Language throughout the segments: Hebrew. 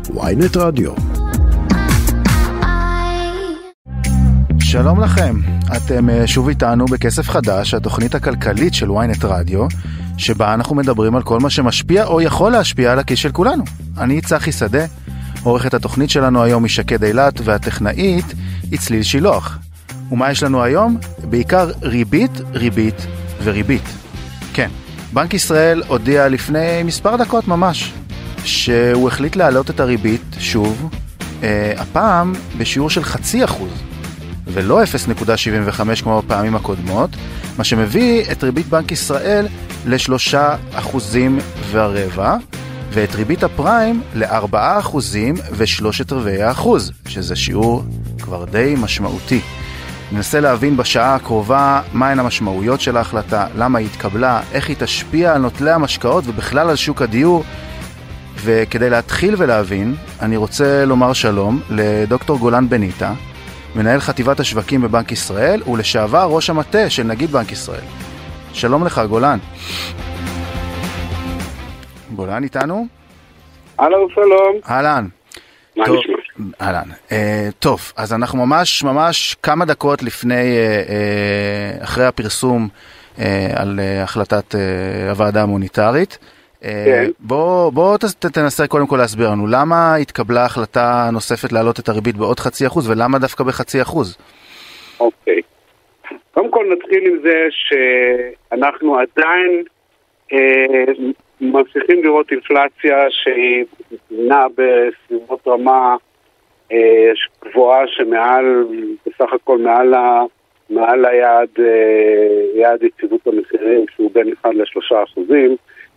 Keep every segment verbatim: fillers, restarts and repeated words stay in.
ynet רדיו. שלום לכם, אתם שוב איתנו בכסף חדש, התוכנית הכלכלית של ynet רדיו, שבה אנחנו מדברים על כל מה שמשפיע או יכול להשפיע על הכיס של כולנו. אני צחי שדה, עורכת התוכנית שלנו היום היא שקד אילת, והטכנאית היא צליל שילוח. ומה יש לנו היום? בעיקר ריבית, ריבית וריבית. כן, בנק ישראל הודיע לפני מספר דקות ממש, שהוא החליט להעלות את הריבית שוב, אה, הפעם בשיעור של חצי אחוז, ולא אפס נקודה שבעים וחמש כמו בפעמים הקודמות, מה שמביא את ריבית בנק ישראל לשלושה אחוזים ורבע, ואת ריבית הפריים לארבעה אחוזים ושלושת רבעי האחוז, שזה שיעור כבר די משמעותי. ננסה להבין בשעה הקרובה מהן המשמעויות של ההחלטה, למה היא התקבלה, איך היא תשפיע על נוטלי המשקעות ובכלל על שוק הדיור. וכדי להתחיל ולהבין, אני רוצה לומר שלום לדוקטור גולן בניטה, מנהל חטיבת השווקים בבנק ישראל ולשעבר ראש המטה של נגיד בנק ישראל. שלום לך גולן. גולן איתנו? הלו, שלום. אהלן. מה טוב, נשמע? אהלן. אה, טוב, אז אנחנו ממש ממש כמה דקות לפני, אה, אה, אחרי הפרסום אה, על אה, החלטת אה, הוועדה המוניטרית. אה, כן. בוא, בוא ת, תנסה קודם כל להסביר לנו, למה התקבלה החלטה נוספת להעלות את הריבית בעוד חצי אחוז, ולמה דווקא בחצי אחוז? אוקיי. קודם כל נתחיל עם זה שאנחנו עדיין אה, ממשיכים לראות אינפלציה שהיא נעה בסביבות רמה אה, גבוהה שמעל, בסך הכל מעל, ה, מעל היעד, אה, יעד יציבות המחירים שהוא בין אחד לשלושה אחוזים.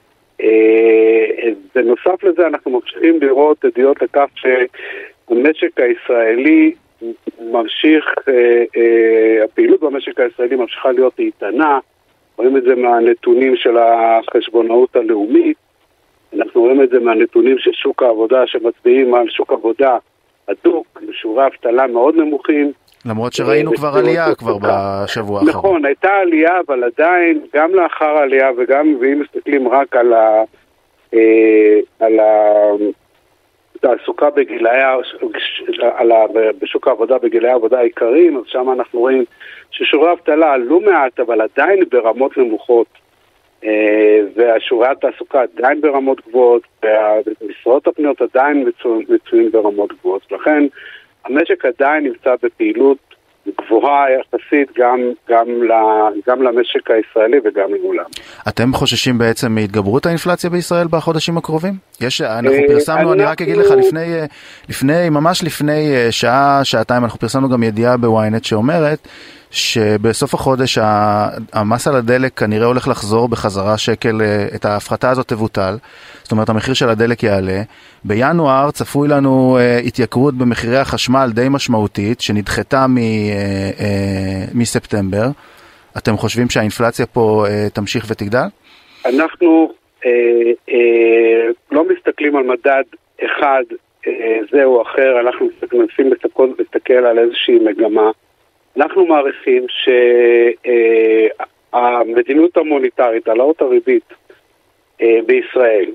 אה, בנוסף לזה אנחנו ממשיכים לראות עדויות לכך שהמשק הישראלי ממשיך, אה, אה, הפעילות במשק הישראלי ממשיכה להיות איתנה. רואים את זה מהנתונים של החשבונאות הלאומית, אנחנו רואים את זה מהנתונים של שוק העבודה שמצביעים על שוק עבודה הדוק, שיעורי אבטלה מאוד נמוכים. למרות שראינו כבר עלייה כבר בשבוע האחרון. נכון, הייתה עלייה, אבל עדיין, גם לאחר העלייה וגם אם מסתכלים רק על ה... על ה... תעסוקה בגילאי, על ה, בשוק העבודה בגילאי העבודה העיקריים, אז שם אנחנו רואים ששיעורי האבטלה עלו מעט, אבל עדיין ברמות נמוכות, והשיעורי התעסוקה עדיין ברמות גבוהות, והמשרות הפנויות עדיין מצויים ברמות גבוהות. לכן המשק עדיין נמצא בפעילות גבוהה יחסית גם, גם, גם למשק הישראלי וגם לעולם. אתם חוששים בעצם מהתגברות האינפלציה בישראל בחודשים הקרובים? יש, אנחנו פרסמנו, אני רק אגיד לך, לפני, לפני, ממש לפני שעה, שעתיים, אנחנו פרסמנו גם ידיעה בוויינט שאומרת שבסוף החודש המס על הדלק כנראה הולך לחזור בחזרה שקל, את ההפחתה הזאת תבוטל, זאת אומרת המחיר של הדלק יעלה. בינואר צפוי לנו התייקרות במחירי החשמל די משמעותית שנדחתה מספטמבר. אתם חושבים שהאינפלציה פה תמשיך ותגדל? אנחנו אה, אה, לא מסתכלים על מדד אחד אה, זה או אחר, אנחנו מנסים להסתכל על איזושהי מגמה. אנחנו מעריכים שהמדיניות המוניטרית, העלאות הריבית בישראל,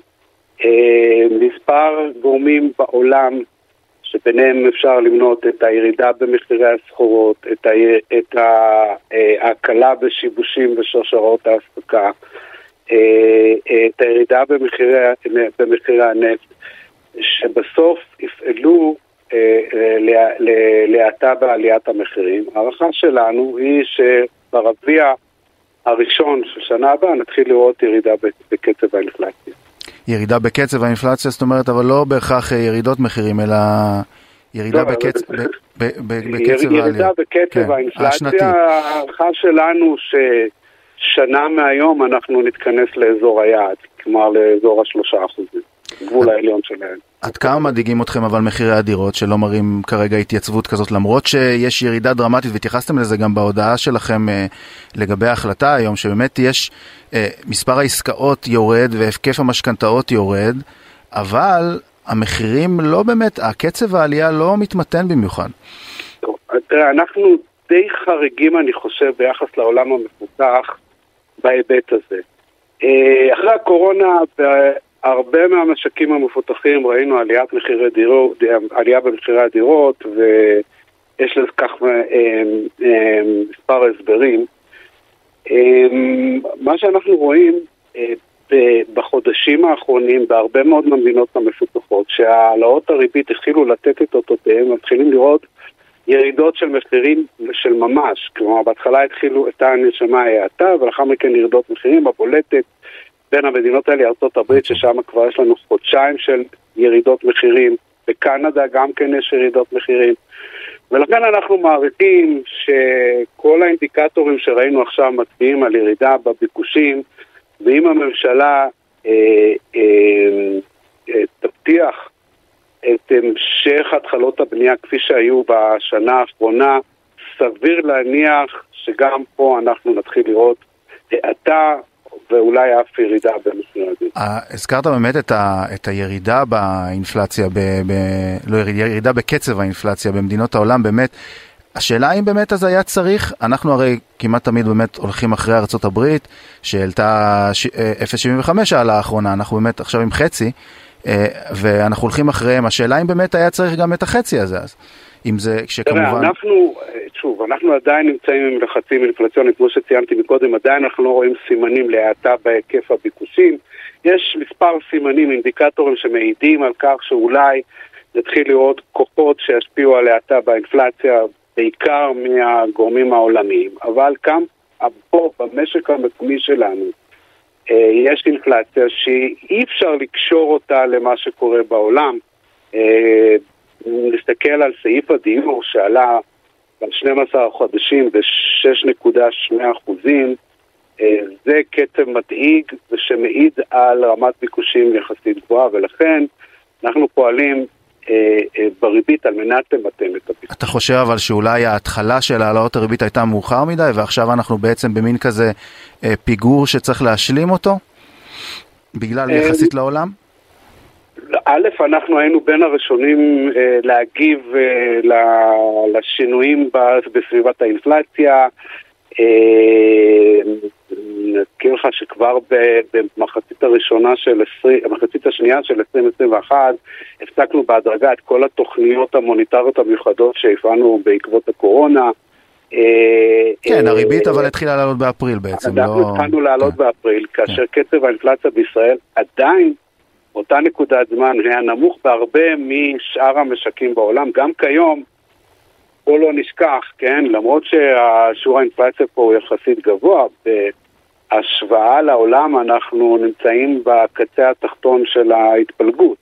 מספר גורמים בעולם שביניהם אפשר למנות את הירידה במחירי הסחורות, את, ה, את ההקלה בשיבושים בשרשרות האספקה, את הירידה במחירי, במחירי הנפט, שבסוף יפעלו להאטה בעליית המחירים. הערכה שלנו היא שברביע הראשון של שנה הבאה נתחיל לראות ירידה בקצב האינפלציה. ירידה בקצב האינפלציה, זאת אומרת, אבל לא בהכרח ירידות מחירים, אלא ירידה בקצב העלייה. ירידה בקצב האינפלציה, הערכה שלנו ששנה מהיום אנחנו נתכנס לאזור היעד, כלומר לאזור השלושה אחוזים. גבול העליון שלהם. עד כמה מדאיגים אתכם אבל מחירי הדירות שלא מראים כרגע התייצבות כזאת, למרות שיש ירידה דרמטית, והתייחסתם לזה גם בהודעה שלכם אה, לגבי ההחלטה היום, שבאמת יש אה, מספר העסקאות יורד והפקף המשכנתאות יורד, אבל המחירים לא באמת, הקצב העלייה לא מתמתן במיוחד. טוב, תראה, אנחנו די חריגים אני חושב ביחס לעולם המפותח בהיבט הזה. אה, אחרי הקורונה הרבה מהמשקים המפותחים ראינו עליית מחירי דירות, עלייה במחירי הדירות, ויש לכך מספר הסברים. מה שאנחנו רואים בחודשים האחרונים, בהרבה מאוד ממדינות המפותחות, שהעלאות הריבית התחילו לתת את אותותיהם, מתחילים לראות ירידות של מחירים של ממש. כלומר, בהתחלה התחילו את הנשמה ההאטה, ולאחר מכן ירידות מחירים. הבולטת בין המדינות האלה, ארצות הברית, ששם כבר יש לנו חודשיים של ירידות מחירים. בקנדה גם כן יש ירידות מחירים. ולכן אנחנו מעריכים שכל האינדיקטורים שראינו עכשיו מצביעים על ירידה בביקושים, ואם הממשלה אה, אה, אה, תבטיח את המשך התחלות הבנייה כפי שהיו בשנה האחרונה, סביר להניח שגם פה אנחנו נתחיל לראות האטה ואולי אף ירידה במחיר הדיור. הזכרת באמת את, ה, את הירידה באינפלציה, ב, ב, לא ירידה בקצב האינפלציה במדינות העולם, באמת, השאלה האם באמת אז היה צריך, אנחנו הרי כמעט תמיד באמת הולכים אחרי ארצות הברית, שהעלתה אפס נקודה שבעים וחמש העלה האחרונה, אנחנו באמת עכשיו עם חצי, ואנחנו הולכים אחריהם. השאלה אם באמת היה צריך גם את החצי הזה אז. אם זה שכמובן... תראה, אנחנו, שוב, אנחנו עדיין נמצאים עם לחצים אינפלציוניים, כמו שציינתי מקודם, עדיין אנחנו לא רואים סימנים להאטה בהיקף הביקושים. יש מספר סימנים, אינדיקטורים שמעידים על כך שאולי נתחיל לראות כוחות שישפיעו על האטה באינפלציה, בעיקר מהגורמים העולמיים. אבל כאן, פה, במשק המקומי שלנו, יש אינפלציה שאי אפשר לקשור אותה למה שקורה בעולם. נסתכל על סעיף הדיור שעלה ב-שנים עשר חודשים ב-שש נקודה שני אחוזים, זה קצב מדאיג ושמעיד על רמת ביקושים יחסית גבוהה, ולכן אנחנו פועלים בריבית על מנת למתן את הביקוש. אתה חושב אבל שאולי ההתחלה של העלאות הריבית הייתה מאוחר מדי, ועכשיו אנחנו בעצם במין כזה פיגור שצריך להשלים אותו? בגלל יחסית לעולם? א', אנחנו היינו בין הראשונים להגיב לשינויים בסביבת האינפלציה. נזכיר לך שכבר במחצית הראשונה של המחצית השנייה של עשרים עשרים ואחת הפסקנו בהדרגה את כל התוכניות המוניטריות המיוחדות שהפעלנו בעקבות הקורונה. כן, הריבית אבל התחילה לעלות באפריל בעצם. אנחנו התחלנו לעלות באפריל, כאשר קצב האינפלציה בישראל עדיין אותה נקודת זמן היה נמוך בהרבה משאר המשקים בעולם. גם כיום, בוא לא נשכח, כן, למרות שהשיעור האינפלציה פה הוא יחסית גבוה, בהשוואה לעולם אנחנו נמצאים בקצה התחתון של ההתפלגות.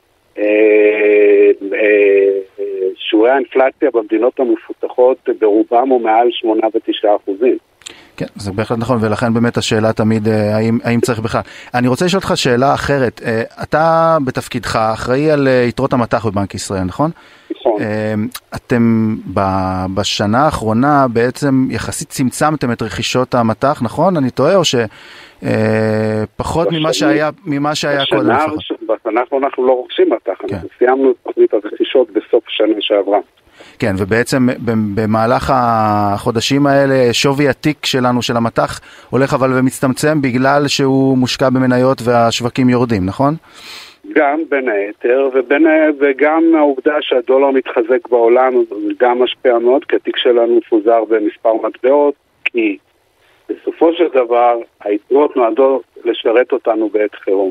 שיעורי האינפלציה במדינות המפותחות ברובם הוא מעל שמונה ותשעה אחוזים. כן, זה בהחלט נכון, ולכן באמת השאלה תמיד, האם, האם צריך בכלל. אני רוצה לשאול אותך שאלה אחרת. אתה בתפקידך אחראי על יתרות המטח בבנק ישראל, נכון? נכון. אתם בשנה האחרונה בעצם יחסית צמצמתם את רכישות המטח, נכון? אני טועה, או שפחות ממה שהיה, ממה שהיה קודם? בשנה האחרונה אנחנו לא רוכשים מטח, אנחנו סיימנו את תוכנית הרכישות בסוף השנה שעברה. כן, ובעצם במהלך החודשים האלה שווי התיק שלנו של המטח הולך אבל ומצטמצם בגלל שהוא מושקע במניות והשווקים יורדים, נכון? גם בין היתר, ובין, וגם העובדה שהדולר מתחזק בעולם גם משפיע מאוד, כי התיק שלנו מפוזר במספר מטבעות, כי בסופו של דבר היתרות נועדו לשרת אותנו בעת חירום.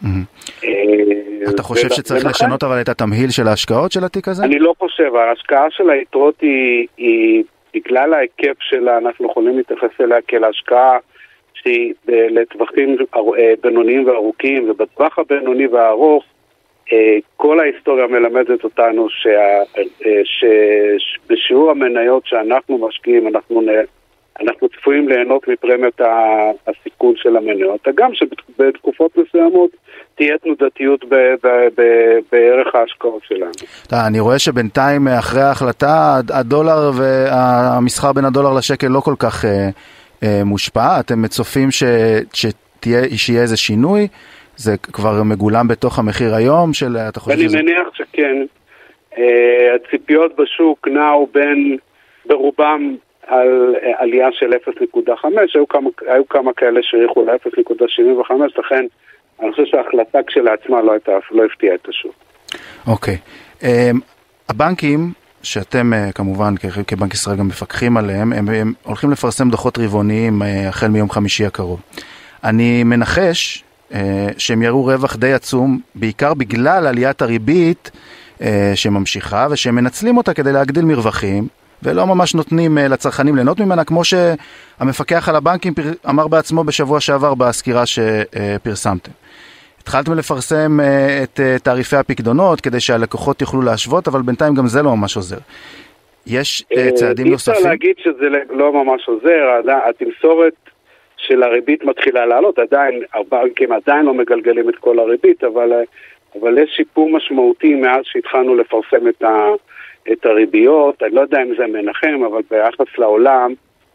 אתה חושב שצריך לשנות אבל את התמהיל של ההשקעות של התיק הזה? אני לא חושב, ההשקעה של היתרות היא בגלל ההיקף שלה, אנחנו יכולים להתייחס אליה כאל השקעה שהיא לטווחים בינוניים וארוכים, ובטווח הבינוני והארוך כל ההיסטוריה מלמדת אותנו שבשיעור המניות שאנחנו משקיעים אנחנו נראה אנחנו צפויים ליהנות מפרמיית הסיכון של המניות, גם שבתקופות מסוימות תהיה תנודתיות בערך ההשקעות שלנו. אני רואה שבינתיים אחרי ההחלטה הדולר והמסחר בין הדולר לשקל לא כל כך מושפע, אתם מצופים שיהיה איזה שינוי? זה כבר מגולם בתוך המחיר היום של... אני מניח שכן. הציפיות בשוק נעו בין ברובם על עלייה של אפס נקודה חמש, היו כמה, היו כמה כאלה שהריחו ל-אפס נקודה שבעים וחמש, לכן אני חושב שההחלטה כשלעצמה לא הייתה, לא הפתיעה את השוק. אוקיי. הבנקים, שאתם כמובן כבנק ישראל גם מפקחים עליהם, הם, הם הולכים לפרסם דוחות רבעוניים החל מיום חמישי הקרוב. אני מנחש שהם יראו רווח די עצום, בעיקר בגלל עליית הריבית שממשיכה, ושהם מנצלים אותה כדי להגדיל מרווחים, ולא ממש נותנים לצרכנים ליהנות ממנה, כמו שהמפקח על הבנקים אמר בעצמו בשבוע שעבר בסקירה שפרסמתם. התחלתם לפרסם את תעריפי הפקדונות כדי שהלקוחות יוכלו להשוות, אבל בינתיים גם זה לא ממש עוזר. יש צעדים נוספים? אי אפשר להגיד שזה לא ממש עוזר, התמסורת של הריבית מתחילה לעלות, עדיין, הבנקים עדיין לא מגלגלים את כל הריבית, אבל, אבל יש שיפור משמעותי מאז שהתחלנו לפרסם את, ה, את הריביות, אני לא יודע אם זה מנחם, אבל ביחס לעולם,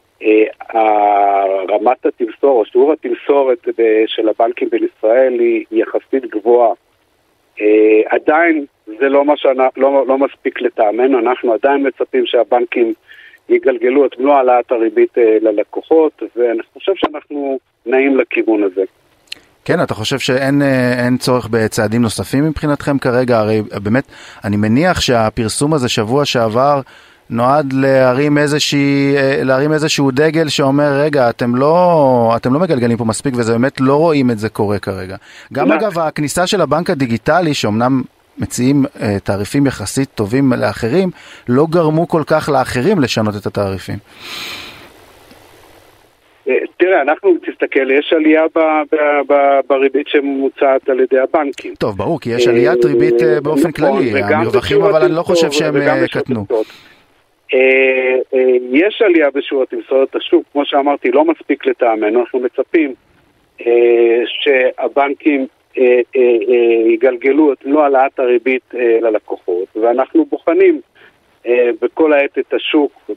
רמת התמסורת, שיעור התמסורת של הבנקים בישראל היא יחסית גבוהה. עדיין זה לא, לא, לא מספיק לטעמנו, אנחנו עדיין מצפים שהבנקים יגלגלו את מלוא העלאת הריבית ללקוחות, ואני חושב שאנחנו נעים לכיוון הזה. כן, אתה חושב שאין אין צורך בצעדים נוספים מבחינתכם כרגע? הרי באמת, אני מניח שהפרסום הזה שבוע שעבר נועד להרים איזושהי, להרים איזשהו דגל שאומר, רגע, אתם לא, אתם לא מגלגלים פה מספיק, וזה באמת לא רואים את זה קורה כרגע. גם אגב, הכניסה של הבנק הדיגיטלי, שאומנם מציעים תעריפים יחסית טובים לאחרים, לא גרמו כל כך לאחרים לשנות את התעריפים. תראה, אנחנו תסתכל, יש עלייה בריבית שמוצעת על ידי הבנקים. טוב, ברור, כי יש עליית ריבית באופן כללי, המרווחים, אבל אני לא חושב שהם קטנו. יש עלייה בשיעור התמסורת השוק, כמו שאמרתי, לא מספיק לטעמנו, אנחנו מצפים שהבנקים יגלגלו את מלוא העלאת הריבית ללקוחות, ואנחנו בוחנים בכל העת את השוק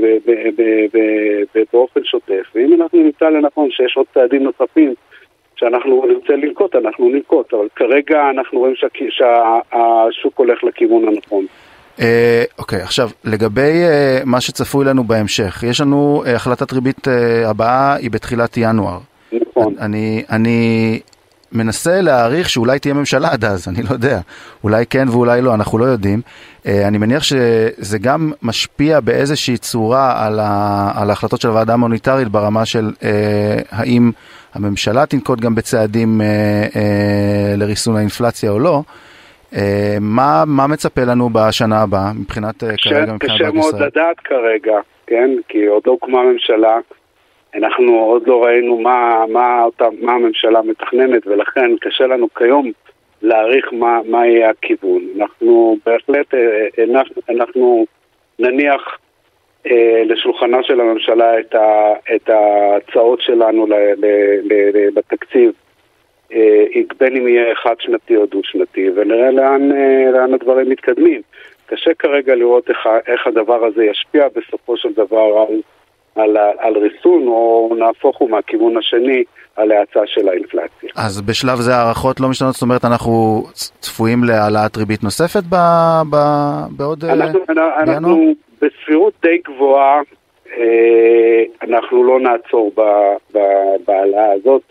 באופן שוטף, ואם אנחנו נמצא לנכון שיש עוד צעדים נוספים שאנחנו נרצה לנקוט, אנחנו ננקוט, אבל כרגע אנחנו רואים שהשוק הולך לכיוון הנכון. אוקיי, עכשיו, לגבי מה שצפוי לנו בהמשך, יש לנו החלטת ריבית הבאה, היא בתחילת ינואר. נכון. אני מנסה להעריך שאולי תהיה ממשלה עד אז, אני לא יודע. אולי כן ואולי לא, אנחנו לא יודעים. אני מניח שזה גם משפיע באיזושהי צורה על, ה, על ההחלטות של הוועדה המוניטרית ברמה של האם הממשלה תנקוט גם בצעדים לריסון האינפלציה או לא. מה, מה מצפה לנו בשנה הבאה מבחינת כרגע מבחינת בנק ישראל? קשה מאוד לדעת כרגע, כן? כי עוד לא הוקמה ממשלה. אנחנו עוד לא ראינו מה, מה, אותה, מה הממשלה מתכננת, ולכן קשה לנו כיום להעריך מה, מה יהיה הכיוון. אנחנו בהחלט, אנחנו, אנחנו נניח אה, לשולחנה של הממשלה את, ה, את ההצעות שלנו ל, ל, ל, ל, בתקציב, אה, בין אם יהיה חד שנתי או דו שנתי, ונראה לאן, אה, לאן הדברים מתקדמים. קשה כרגע לראות איך, איך הדבר הזה ישפיע בסופו של דבר על על, על ריסון, או נהפוך הוא מהכיוון השני על ההצעה של האינפלציה. אז בשלב זה הערכות לא משתנות, זאת אומרת אנחנו צפויים להעלאת ריבית נוספת ב, ב, בעוד אנחנו, אנחנו בסבירות די גבוהה, אנחנו לא נעצור ב, ב, בהעלאה הזאת.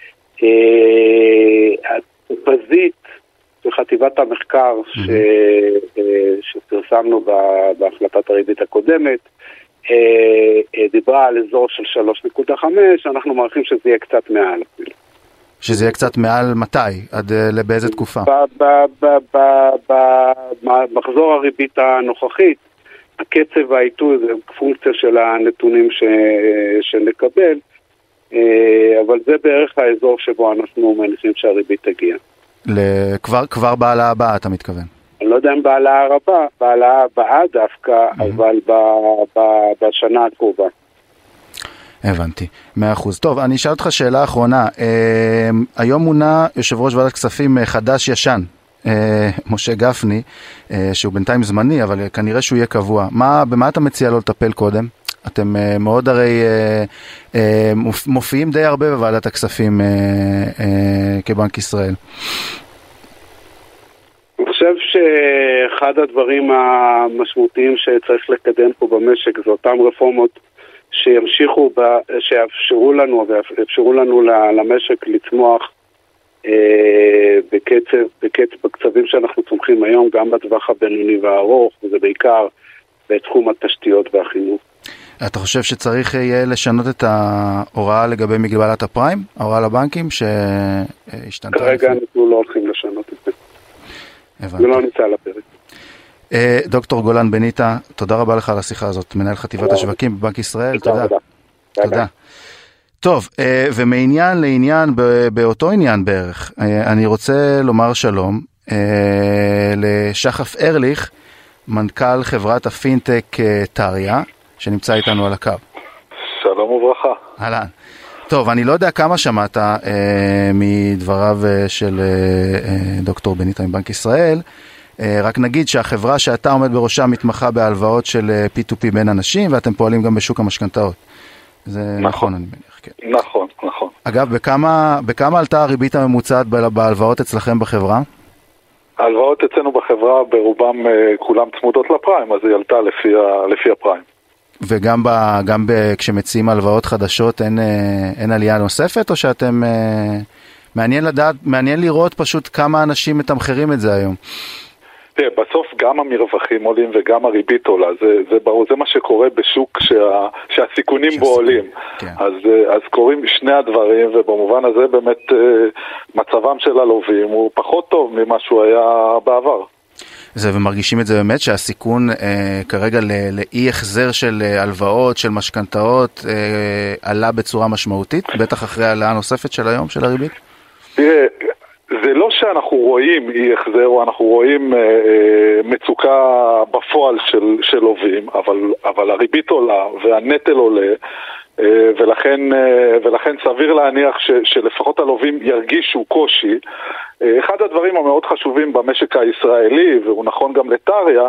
התחזית של חטיבת המחקר ש, שפרסמנו בהחלטת הריבית הקודמת, דיברה על אזור של שלוש נקודה חמש, אנחנו מעריכים שזה יהיה קצת מעל. שזה יהיה קצת מעל מתי? עד באיזה תקופה? במחזור הריבית הנוכחית, הקצב העיתוי זה פונקציה של הנתונים שנקבל, אבל זה בערך האזור שבו אנחנו מניחים שהריבית תגיע. כבר בהעלאה הבאה אתה מתכוון? אני לא יודע אם בהעלאה הרבה, בהעלאה הבאה דווקא, אבל בשנה הקרובה. הבנתי, מאה אחוז. טוב, אני אשאל אותך שאלה אחרונה. היום מונה יושב ראש ועדת כספים חדש ישן, משה גפני, שהוא בינתיים זמני, אבל כנראה שהוא יהיה קבוע. מה, במה אתה מציע לו לטפל קודם? אתם מאוד הרי מופיעים די הרבה בוועדת הכספים כבנק ישראל. אני חושב שאחד הדברים המשמעותיים שצריך לקדם פה במשק זה אותם רפורמות שימשיכו, שיאפשרו לנו ויאפשרו לנו למשק לצמוח בקצב, בקצב, בקצבים שאנחנו צומחים היום, גם בטווח הבינוני והארוך, וזה בעיקר בתחום התשתיות והחינוך. אתה חושב שצריך יהיה לשנות את ההוראה לגבי מגבלת הפריים, ההוראה לבנקים שהשתנתה? כרגע אנחנו לא הולכים לשנות את זה. זה לא נמצא על הפרק. דוקטור גולן בניטה, תודה רבה לך על השיחה הזאת, מנהל חטיבת השווקים בבנק ישראל, תודה. תודה. טוב, ומעניין לעניין, באותו עניין בערך, אני רוצה לומר שלום לשחף ארליך, מנכ"ל חברת הפינטק טריה, שנמצא איתנו על הקו. שלום וברכה. אהלן. טוב, אני לא יודע כמה שמעת אה, מדבריו של אה, דוקטור בניטה מבנק ישראל, אה, רק נגיד שהחברה שאתה עומד בראשה מתמחה בהלוואות של אה, פי טו פי בין אנשים, ואתם פועלים גם בשוק המשכנתאות. זה נכון, נכון אני מניח. כן. נכון, נכון. אגב, בכמה, בכמה עלתה הריבית הממוצעת בהלוואות אצלכם בחברה? ההלוואות אצלנו בחברה ברובם אה, כולם צמודות לפריים, אז היא עלתה לפי, ה, לפי הפריים. וגם ב, גם ב, כשמציעים הלוואות חדשות אין, אין עלייה נוספת, או שאתם, מעניין לדעת, מעניין לראות פשוט כמה אנשים מתמחרים את זה היום? תראה, בסוף גם המרווחים עולים וגם הריבית עולה, זה, זה ברור, זה מה שקורה בשוק שה, שהסיכונים בו עולים. כן. אז, אז קוראים שני הדברים, ובמובן הזה באמת מצבם של הלווים הוא פחות טוב ממה שהוא היה בעבר. זה, ומרגישים את זה באמת שהסיכון אה, כרגע לאי החזר של אה, הלוואות, של משכנתאות, אה, עלה בצורה משמעותית, בטח אחרי העלאה נוספת של היום, של הריבית? תראה, זה לא שאנחנו רואים אי החזר, או אנחנו רואים אה, אה, מצוקה בפועל של, של לווים, אבל, אבל הריבית עולה והנטל עולה, ולכן, ולכן סביר להניח ש, שלפחות הלווים ירגישו קושי. אחד הדברים המאוד חשובים במשק הישראלי, והוא נכון גם לטריה,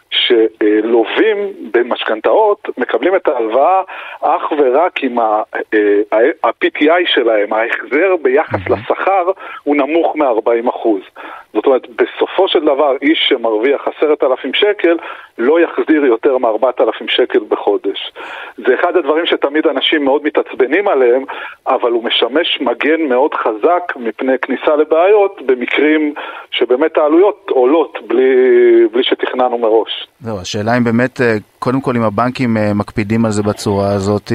שלווים במשכנתאות מקבלים את ההלוואה אך ורק אם ה-פי טי איי שלהם, ההחזר ביחס לשכר, הוא נמוך מ-ארבעים אחוז. זאת אומרת, בסופו של דבר, איש שמרוויח עשרת אלפים שקל, לא יחזיר יותר מ-ארבעת אלפים שקל בחודש. זה אחד הדברים שתמיד אנשים מאוד מתעצבנים עליהם, אבל הוא משמש מגן מאוד חזק מפני כניסה לבעיות, במקרים שבאמת העלויות עולות בלי, בלי שתכננו מראש. זהו, השאלה אם באמת, קודם כל אם הבנקים מקפידים על זה בצורה הזאת,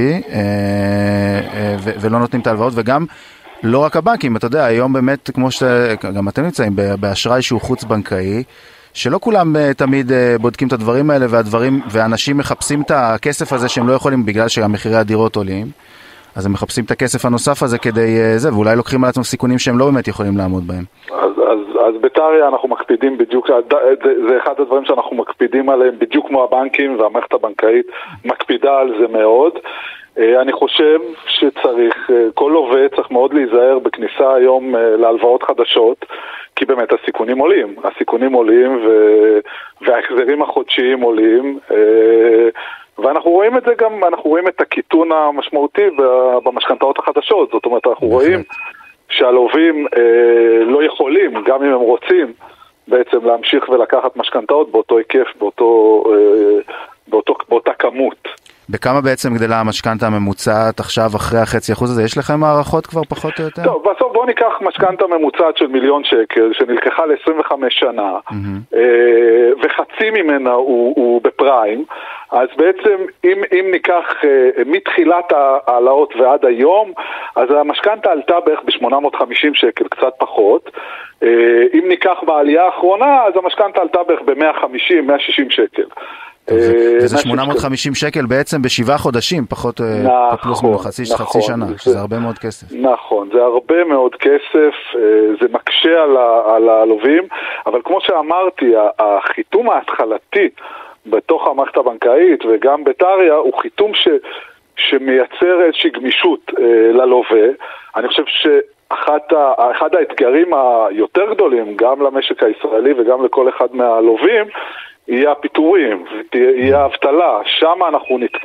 ולא נותנים את ההלוואות, וגם לא רק הבנקים, אתה יודע, היום באמת, כמו שגם אתם נמצאים, באשראי שהוא חוץ בנקאי, שלא כולם תמיד בודקים את הדברים האלה, והדברים, ואנשים מחפשים את הכסף הזה שהם לא יכולים, בגלל שהמחירי הדירות עולים, אז הם מחפשים את הכסף הנוסף הזה כדי זה, ואולי לוקחים על עצמם סיכונים שהם לא באמת יכולים לעמוד בהם. אז, אז, אז בטריה אנחנו מקפידים בדיוק, זה, זה אחד הדברים שאנחנו מקפידים עליהם, בדיוק כמו הבנקים והמערכת הבנקאית מקפידה על זה מאוד. אני חושב שצריך, כל לווה צריך מאוד להיזהר בכניסה היום להלוואות חדשות, כי באמת הסיכונים עולים, הסיכונים עולים וההחזרים החודשיים עולים, ואנחנו רואים את זה גם, אנחנו רואים את הקיטון המשמעותי במשכנתאות החדשות. זאת אומרת, אנחנו רואים שהלווים לא יכולים, גם אם הם רוצים, בעצם להמשיך ולקחת משכנתאות באותו היקף, באותו, באותו, באותה כמות. בכמה בעצם גדלה המשכנתה הממוצעת עכשיו אחרי החצי אחוז הזה? יש לכם הערכות כבר פחות או יותר? טוב, בסוף בואו ניקח משכנתה ממוצעת של מיליון שקל שנלקחה ל-עשרים וחמש שנה, mm-hmm. וחצי ממנה הוא, הוא בפריים, אז בעצם אם, אם ניקח מתחילת העלאות ועד היום, אז המשכנתה עלתה בערך ב-שמונה מאות וחמישים שקל, קצת פחות. אם ניקח בעלייה האחרונה, אז המשכנתה עלתה בערך ב-מאה וחמישים מאה ושישים שקל. וזה שמונה מאות וחמישים שקל בעצם בשבעה חודשים, פחות פלוס מינוס חצי שנה, שזה הרבה מאוד כסף. נכון, זה הרבה מאוד כסף, זה מקשה על הלווים, אבל כמו שאמרתי, החיתום ההתחלתי בתוך המערכת הבנקאית וגם בטריה הוא חיתום שמייצר איזושהי גמישות ללווה. אני חושב ש... אחת, אחד האתגרים היותר גדולים, גם למשק הישראלי וגם לכל אחד מהלווים, יהיה הפיטורים, יהיה האבטלה. שם אנחנו נת,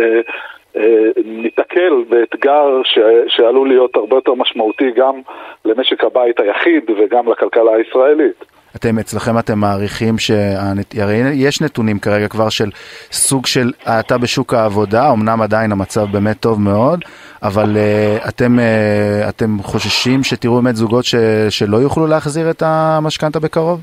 נתקל באתגר ש, שעלול להיות הרבה יותר משמעותי גם למשק הבית היחיד וגם לכלכלה הישראלית. אתם, אצלכם אתם מעריכים שיש נתונים כרגע כבר של סוג של האטה בשוק העבודה, אמנם עדיין המצב באמת טוב מאוד, אבל uh, אתם, uh, אתם חוששים שתראו באמת זוגות ש, שלא יוכלו להחזיר את המשכנתה בקרוב?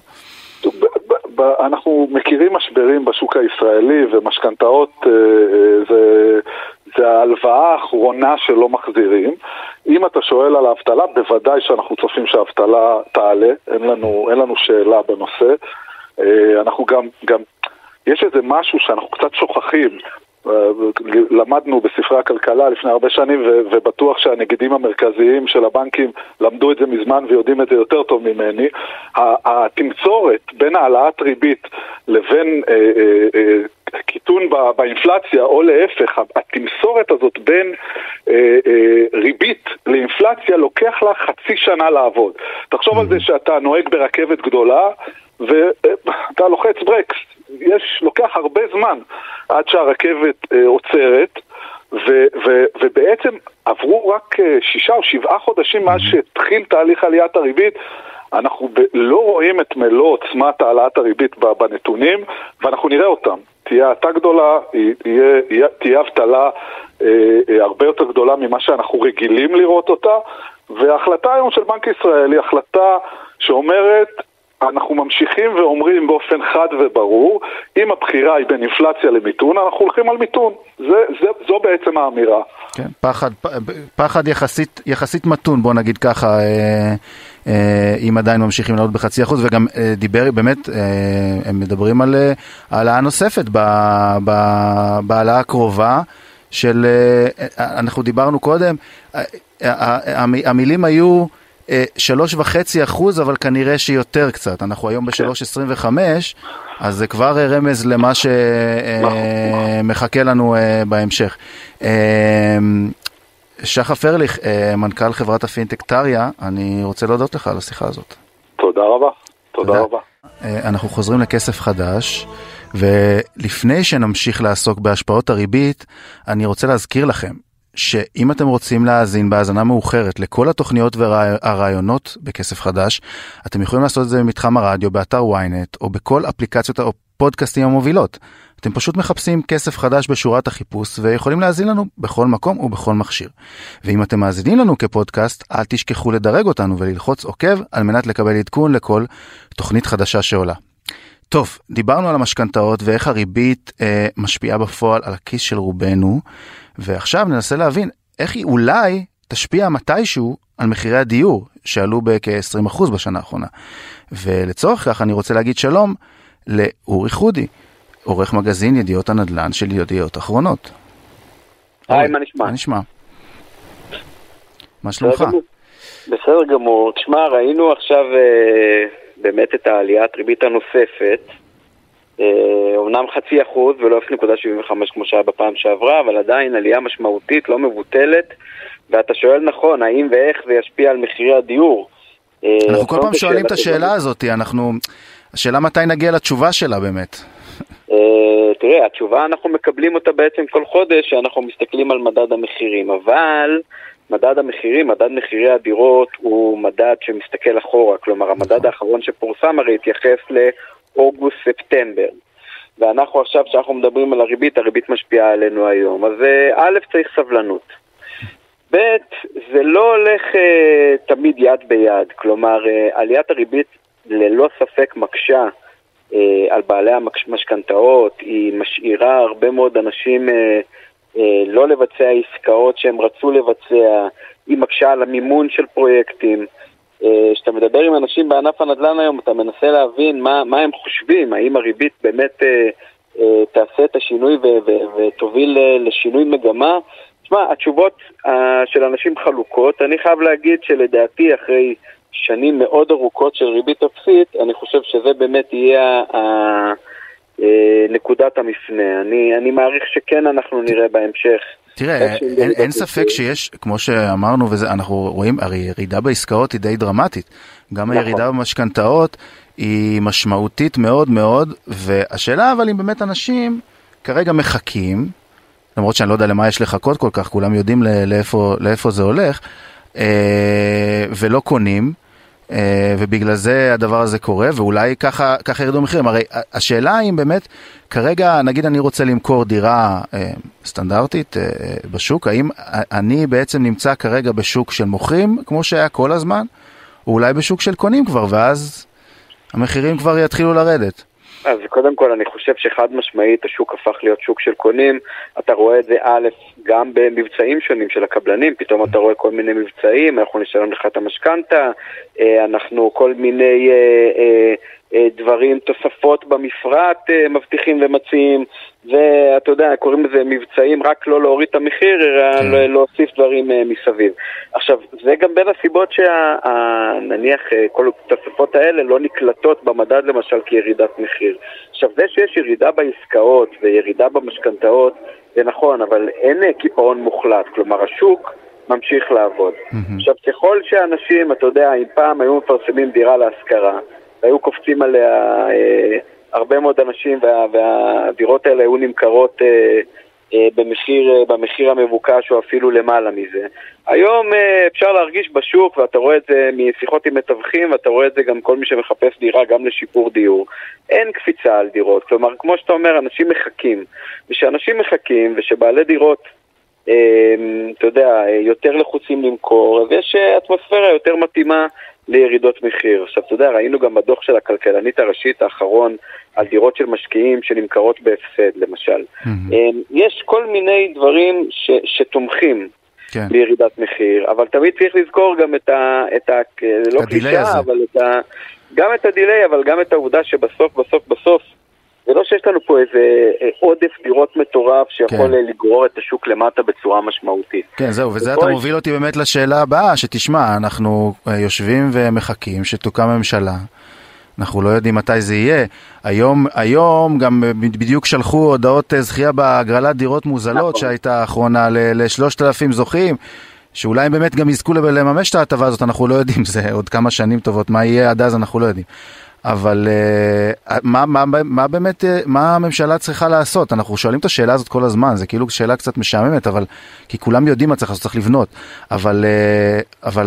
אנחנו מכירים משברים בשוק הישראלי, ומשכנתאות uh, זה... זה ההלוואה האחרונה שלא מחזירים. אם אתה שואל על האבטלה, בוודאי שאנחנו צופים שהאבטלה תעלה, אין לנו, אין לנו שאלה בנושא. אנחנו גם, גם, יש איזה משהו שאנחנו קצת שוכחים, למדנו בספרי הכלכלה לפני הרבה שנים, ובטוח שהנגידים המרכזיים של הבנקים למדו את זה מזמן ויודעים את זה יותר טוב ממני. התמצורת בין העלאת ריבית לבין קיטון באינפלציה, או להפך, התמסורת הזאת בין אה, אה, ריבית לאינפלציה לוקח לה חצי שנה לעבוד. תחשוב על זה שאתה נוהג ברכבת גדולה ואתה לוחץ ברקס. יש, לוקח הרבה זמן עד שהרכבת אה, עוצרת, ו, ו, ובעצם עברו רק אה, שישה או שבעה חודשים מאז שהתחיל תהליך עליית הריבית. אנחנו ב- לא רואים את מלוא עוצמת העלאת הריבית בנתונים, ואנחנו נראה אותם. תהיה האטה גדולה, תהיה, תהיה אבטלה אה, אה, הרבה יותר גדולה ממה שאנחנו רגילים לראות אותה, וההחלטה היום של בנק ישראל היא החלטה שאומרת, אנחנו ממשיכים ואומרים באופן חד וברור, אם הבחירה היא בין אינפלציה למיתון, אנחנו הולכים על מיתון. זה, זה, זו בעצם האמירה. כן, פחד, פחד יחסית, יחסית מתון, בוא נגיד ככה, אה, אה, אם עדיין ממשיכים לעלות בחצי אחוז, וגם אה, דיבר, באמת, אה, הם מדברים על העלאה נוספת, בהעלאה הקרובה, של, אה, אנחנו דיברנו קודם, אה, המילים היו, שלוש וחצי אחוז, אבל כנראה שיותר קצת. אנחנו היום בשלוש עשרים וחמש, אז זה כבר רמז למה שמחכה לנו בהמשך. שחף ארליך, מנכ"ל חברת הפינטק טריה, אני רוצה להודות לך על השיחה הזאת. תודה רבה. תודה רבה. אנחנו חוזרים לכסף חדש, ולפני שנמשיך לעסוק בהשפעות הריבית, אני רוצה להזכיר לכם, שאם אתם רוצים להאזין בהאזנה מאוחרת לכל התוכניות והרעיונות בכסף חדש, אתם יכולים לעשות את זה במתחם הרדיו, באתר וויינט, או בכל אפליקציות או פודקאסטים המובילות. אתם פשוט מחפשים כסף חדש בשורת החיפוש, ויכולים להאזין לנו בכל מקום ובכל מכשיר. ואם אתם מאזינים לנו כפודקאסט, אל תשכחו לדרג אותנו וללחוץ עוקב, על מנת לקבל עדכון לכל תוכנית חדשה שעולה. טוב, דיברנו על המשכנתאות ואיך הריבית אה, משפיעה בפועל על הכיס של רובנו, ועכשיו ננסה להבין איך היא אולי תשפיע מתישהו על מחירי הדיור, שעלו בכ-עשרים אחוז בשנה האחרונה. ולצורך כך אני רוצה להגיד שלום לאורי חודי, עורך מגזין ידיעות הנדל"ן של ידיעות אחרונות. היי, מה נשמע? מה נשמע? מה שלומך? בסדר גמור. תשמע, ראינו עכשיו אה, באמת את העליית ריבית הנוספת, אומנם חצי אחוז ולא אפס נקודה שבעים וחמש כמו שהיה בפעם שעברה, אבל עדיין עלייה משמעותית, לא מבוטלת, ואתה שואל נכון, האם ואיך זה ישפיע על מחירי הדיור? אנחנו כל פעם שואלים את השאלה הזאת, אנחנו, השאלה מתי נגיע לתשובה שלה באמת? תראה, התשובה אנחנו מקבלים אותה בעצם כל חודש, שאנחנו מסתכלים על מדד המחירים, אבל מדד המחירים, מדד מחירי הדירות הוא מדד שמסתכל אחורה, כלומר המדד האחרון שפורסם הרי התייחס ל אוגוסט-ספטמבר, ואנחנו עכשיו שאנחנו מדברים על הריבית, הריבית משפיעה עלינו היום, אז א', צריך סבלנות, ב', זה לא הולך אה, תמיד יד ביד, כלומר אה, עליית הריבית ללא ספק מקשה אה, על בעלי המשכנתאות, היא משאירה הרבה מאוד אנשים אה, אה, לא לבצע עסקאות שהם רצו לבצע, היא מקשה על המימון של פרויקטים. כשאתה מדבר עם אנשים בענף הנדל"ן היום, אתה מנסה להבין מה, מה הם חושבים, האם הריבית באמת אה, אה, תעשה את השינוי ו- ו- ותוביל לשינוי מגמה. תשמע, התשובות אה, של אנשים חלוקות, אני חייב להגיד שלדעתי אחרי שנים מאוד ארוכות של ריבית אפסית, אני חושב שזה באמת יהיה ה... אה, נקודת המפנה. אני, אני מעריך שכן אנחנו נראה בהמשך. תראה, אין, אין ספק שיש, כמו שאמרנו, וזה, אנחנו רואים, הרי ירידה בעסקאות היא די דרמטית. גם נכון. הירידה במשכנתאות היא משמעותית מאוד מאוד, והשאלה אבל אם באמת אנשים כרגע מחכים, למרות שאני לא יודע למה יש לחכות כל כך, כולם יודעים לאיפה, לאיפה זה הולך, ולא קונים, ובגלל זה הדבר הזה קורה, ואולי ככה, ככה ירדו מחירים. הרי השאלה היא באמת, כרגע נגיד אני רוצה למכור דירה סטנדרטית בשוק, האם אני בעצם נמצא כרגע בשוק של מוכרים, כמו שהיה כל הזמן, או אולי בשוק של קונים כבר, ואז המחירים כבר יתחילו לרדת? אז קודם כל אני חושב שחד משמעית השוק הפך להיות שוק של קונים. אתה רואה את זה א', גם במבצעים שונים של הקבלנים, פתאום אתה רואה כל מיני מבצעים, אנחנו נשלם לך את המשכנתה, אנחנו כל מיני דברים, תוספות במפרט מבטיחים ומציעים, ואתה יודע, קוראים לזה מבצעים רק לא להוריד את המחיר, אלא להוסיף דברים מסביב. עכשיו, זה גם בין הסיבות שנניח כל התוספות האלה לא נקלטות במדד למשל כירידת מחיר. עכשיו, זה שיש ירידה בעסקאות וירידה במשכנתאות, זה נכון, אבל אין קיפאון מוחלט, כלומר השוק ממשיך לעבוד. Mm-hmm. עכשיו, ככל שאנשים, אתה יודע, אם פעם היו מפרסמים דירה להשכרה, והיו קופצים עליה אה, הרבה מאוד אנשים, וה, והדירות האלה היו נמכרות אה, אה, במחיר, אה, במחיר המבוקש או אפילו למעלה מזה. היום אה, אפשר להרגיש בשוק, ואתה רואה את זה משיחות עם מתווכים, ואתה רואה את זה גם כל מי שמחפש דירה, גם לשיפור דיור. אין קפיצה על דירות, כלומר, כמו שאתה אומר, אנשים מחכים. ושאנשים מחכים, ושבעלי דירות, אה, אתה יודע, יותר לחוצים למכור, ויש אטמוספירה יותר מתאימה לירידות מחיר. עכשיו, אתה יודע, ראינו גם בדוח של הכלכלנית הראשית האחרון על דירות של משקיעים שנמכרות בהפסד, למשל. Mm-hmm. יש כל מיני דברים ש, שתומכים כן. לירידת מחיר, אבל תמיד צריך לזכור גם את ה... את ה לא קלישה, אבל את ה, גם את הדילי, אבל גם את העובדה שבסוף, בסוף, בסוף, זה לא שיש לנו פה איזה עודף דירות מטורף שיכול כן. לגרור את השוק למטה בצורה משמעותית. כן, זהו, וזה אתה מוביל אותי באמת לשאלה הבאה, שתשמע, אנחנו יושבים ומחכים שתוקם ממשלה, אנחנו לא יודעים מתי זה יהיה. היום, היום גם בדיוק שלחו הודעות זכייה בהגרלת דירות מוזלות, נכון. שהייתה האחרונה ל-שלושת אלפים זוכים, שאולי הם באמת גם יזכו לממש את ההטבה הזאת, אנחנו לא יודעים, זה עוד כמה שנים טובות, מה יהיה עד אז אנחנו לא יודעים. אבל מה, מה, מה באמת, מה הממשלה צריכה לעשות? אנחנו שואלים את השאלה הזאת כל הזמן, זה כאילו שאלה קצת משעממת, אבל, כי כולם יודעים מה צריך לעשות, צריך לבנות, אבל, אבל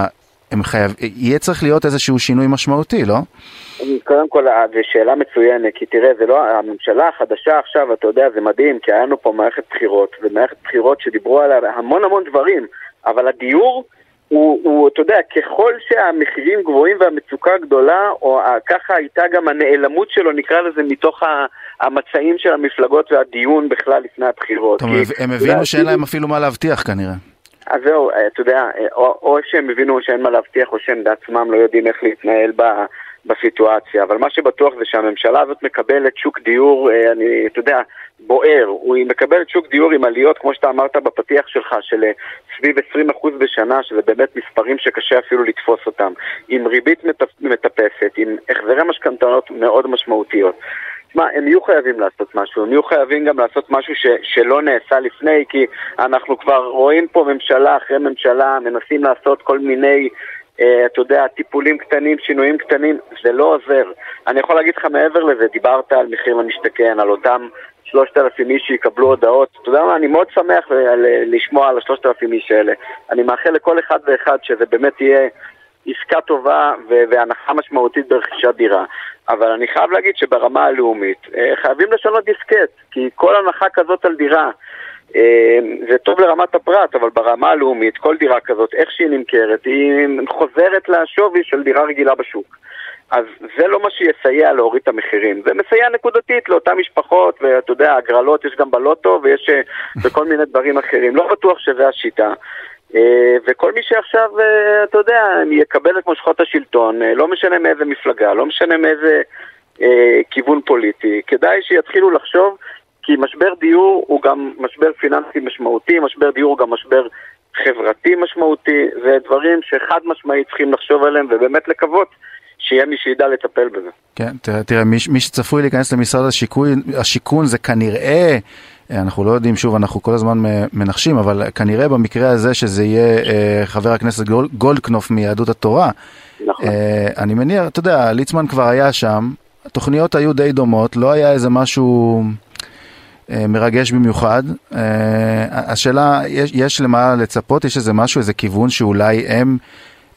הם חייב, יהיה צריך להיות איזשהו שינוי משמעותי, לא? קודם כל, זו שאלה מצוינת, כי תראה, זה לא, הממשלה החדשה עכשיו, אתה יודע, זה מדהים, כי היה לנו פה מערכת בחירות, ומערכת בחירות שדיברו עליה המון המון דברים, אבל הדיור, הוא, הוא, אתה יודע, ככל שהמחירים גבוהים והמצוקה גדולה, או ככה הייתה גם הנעלמות שלו, נקרא לזה, מתוך המצעים של המפלגות והדיון בכלל לפני הבחירות. טוב, כי, הם הבינו שאין להם אפילו מה להבטיח כנראה. אז זהו, אתה יודע, או, או שהם הבינו שאין מה להבטיח, או שהם בעצמם לא יודעים איך להתנהל בה, בסיטואציה, אבל מה שבטוח זה שהממשלה הזאת מקבלת שוק דיור, אני, אתה יודע, בוער, היא מקבלת שוק דיור עם עליות, כמו שאתה אמרת בפתיח שלך, של סביב עשרים אחוז בשנה, שזה באמת מספרים שקשה אפילו לתפוס אותם, עם ריבית מטפסת, עם החזרי משכנתאות מאוד משמעותיות. מה, הם יהיו חייבים לעשות משהו, הם יהיו חייבים גם לעשות משהו ש, שלא נעשה לפני, כי אנחנו כבר רואים פה ממשלה אחרי ממשלה, מנסים לעשות כל מיני, אה, אתה יודע, טיפולים קטנים, שינויים קטנים, זה לא עוזר. אני יכול להגיד לך מעבר לזה, דיברת על מחיר למשתכן, על אותם שלושת אלפים איש שיקבלו הודעות, אתה יודע מה, אני מאוד שמח לשמוע על השלושת אלפים איש האלה. אני מאחל לכל אחד ואחד שזה באמת יהיה עסקה טובה והנחה משמעותית ברכישת דירה. אבל אני חייב להגיד שברמה הלאומית חייבים לשנות דיסקט, כי כל הנחה כזאת על דירה זה טוב לרמת הפרט, אבל ברמה הלאומית כל דירה כזאת, איך שהיא נמכרת, היא חוזרת לשווי של דירה רגילה בשוק. אז זה לא מה שיסייע להוריד את המחירים, זה מסייע נקודתית לאותן משפחות, ואתה יודע, הגרלות יש גם בלוטו ויש בכל מיני דברים אחרים, לא בטוח שזה השיטה. וכל מי שעכשיו, אתה יודע, יקבל את מושכות השלטון, לא משנה מאיזה מפלגה, לא משנה מאיזה כיוון פוליטי, כדאי שיתחילו לחשוב, כי משבר דיור הוא גם משבר פיננסי משמעותי, משבר דיור הוא גם משבר חברתי משמעותי, זה דברים שחד משמעית צריכים לחשוב עליהם, ובאמת לקוות שיהיה מי שידע לטפל בזה. כן, תראה, תראה מי, מי שצפוי להיכנס למשרד השיקוי, השיכון זה כנראה, אנחנו לא יודעים, שוב, אנחנו כל הזמן מנחשים, אבל כנראה במקרה הזה שזה יהיה אה, חבר הכנסת גול, גולדקנופ מיהדות התורה. נכון. אה, אני מניח, אתה יודע, ליצמן כבר היה שם, התוכניות היו די דומות, לא היה איזה משהו אה, מרגש במיוחד. אה, השאלה, יש, יש למה לצפות, יש איזה משהו, איזה כיוון שאולי הם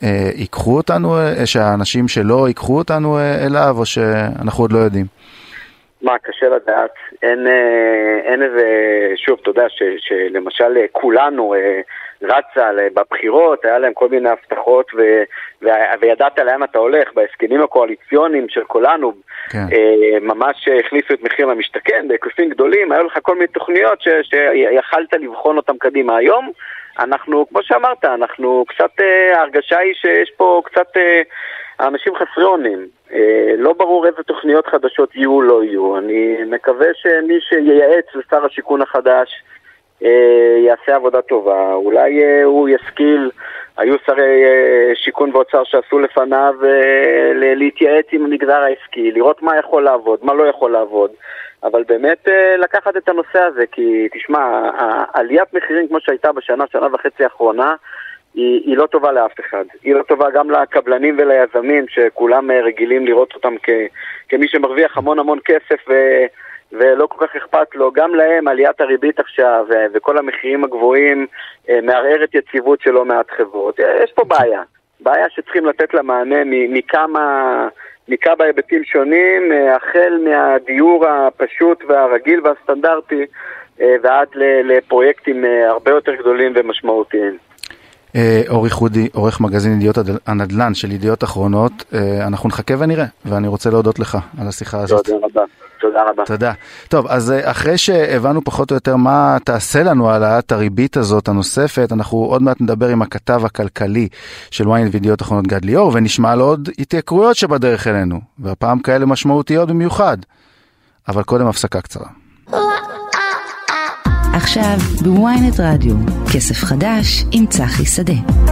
ייקחו אותנו, שהאנשים שלא ייקחו אותנו אליו, או שאנחנו עוד לא יודעים? מה, קשה לדעת. אין, אין איזה, שוב, אתה יודע, ש, שלמשל כולנו רצה בבחירות, היה להם כל מיני הבטחות, ו, ו, וידעת לאן אתה הולך, בהסכמים הקואליציוניים של כולנו, כן. ממש החליפו את מחיר למשתכן, בהיקפים גדולים, היו לך כל מיני תוכניות ש, שיכלת לבחון אותם קדימה. היום, אנחנו, כמו שאמרת, אנחנו קצת, ההרגשה היא שיש פה קצת אנשים חסרי אונים. לא ברור איזה תוכניות חדשות יהיו או לא יהיו. אני מקווה שמי שייעץ לשר השיכון החדש יעשה עבודה טובה. אולי הוא ישכיל, היו שרי שיכון ואוצר שעשו לפניו להתייעץ עם המגזר העסקי, לראות מה יכול לעבוד, מה לא יכול לעבוד. אבל באמת לקחת את הנושא הזה, כי תשמע, עליית מחירים כמו שהייתה בשנה, שנה וחצי האחרונה, היא, היא לא טובה לאף אחד. היא לא טובה גם לקבלנים וליזמים, שכולם רגילים לראות אותם כ, כמי שמרוויח המון המון כסף ו, ולא כל כך אכפת לו. גם להם עליית הריבית עכשיו ו, וכל המחירים הגבוהים מערערת יציבות של לא מעט חברות. יש פה בעיה. בעיה שצריכים לתת לה מענה מכמה... מכמה בהיבטים שונים, החל מהדיור הפשוט והרגיל והסטנדרטי ועד לפרויקטים הרבה יותר גדולים ומשמעותיים. אורי חודי, עורך מגזין ידיעות הנדל"ן של ידיעות אחרונות, אנחנו נחכה ונראה, ואני רוצה להודות לך על השיחה הזאת. תודה רבה. תודה רבה. תודה. טוב, אז אחרי שהבנו פחות או יותר מה תעשה לנו העלאת הריבית הזאת הנוספת, אנחנו עוד מעט נדבר עם הכתב הכלכלי של וויינט וידיעות אחרונות גד ליאור, ונשמע על עוד התייקרויות שבדרך אלינו, והפעם כאלה משמעותיות במיוחד. אבל קודם הפסקה קצרה. עכשיו בוויינט רדיו, כסף חדש עם צחי שדה.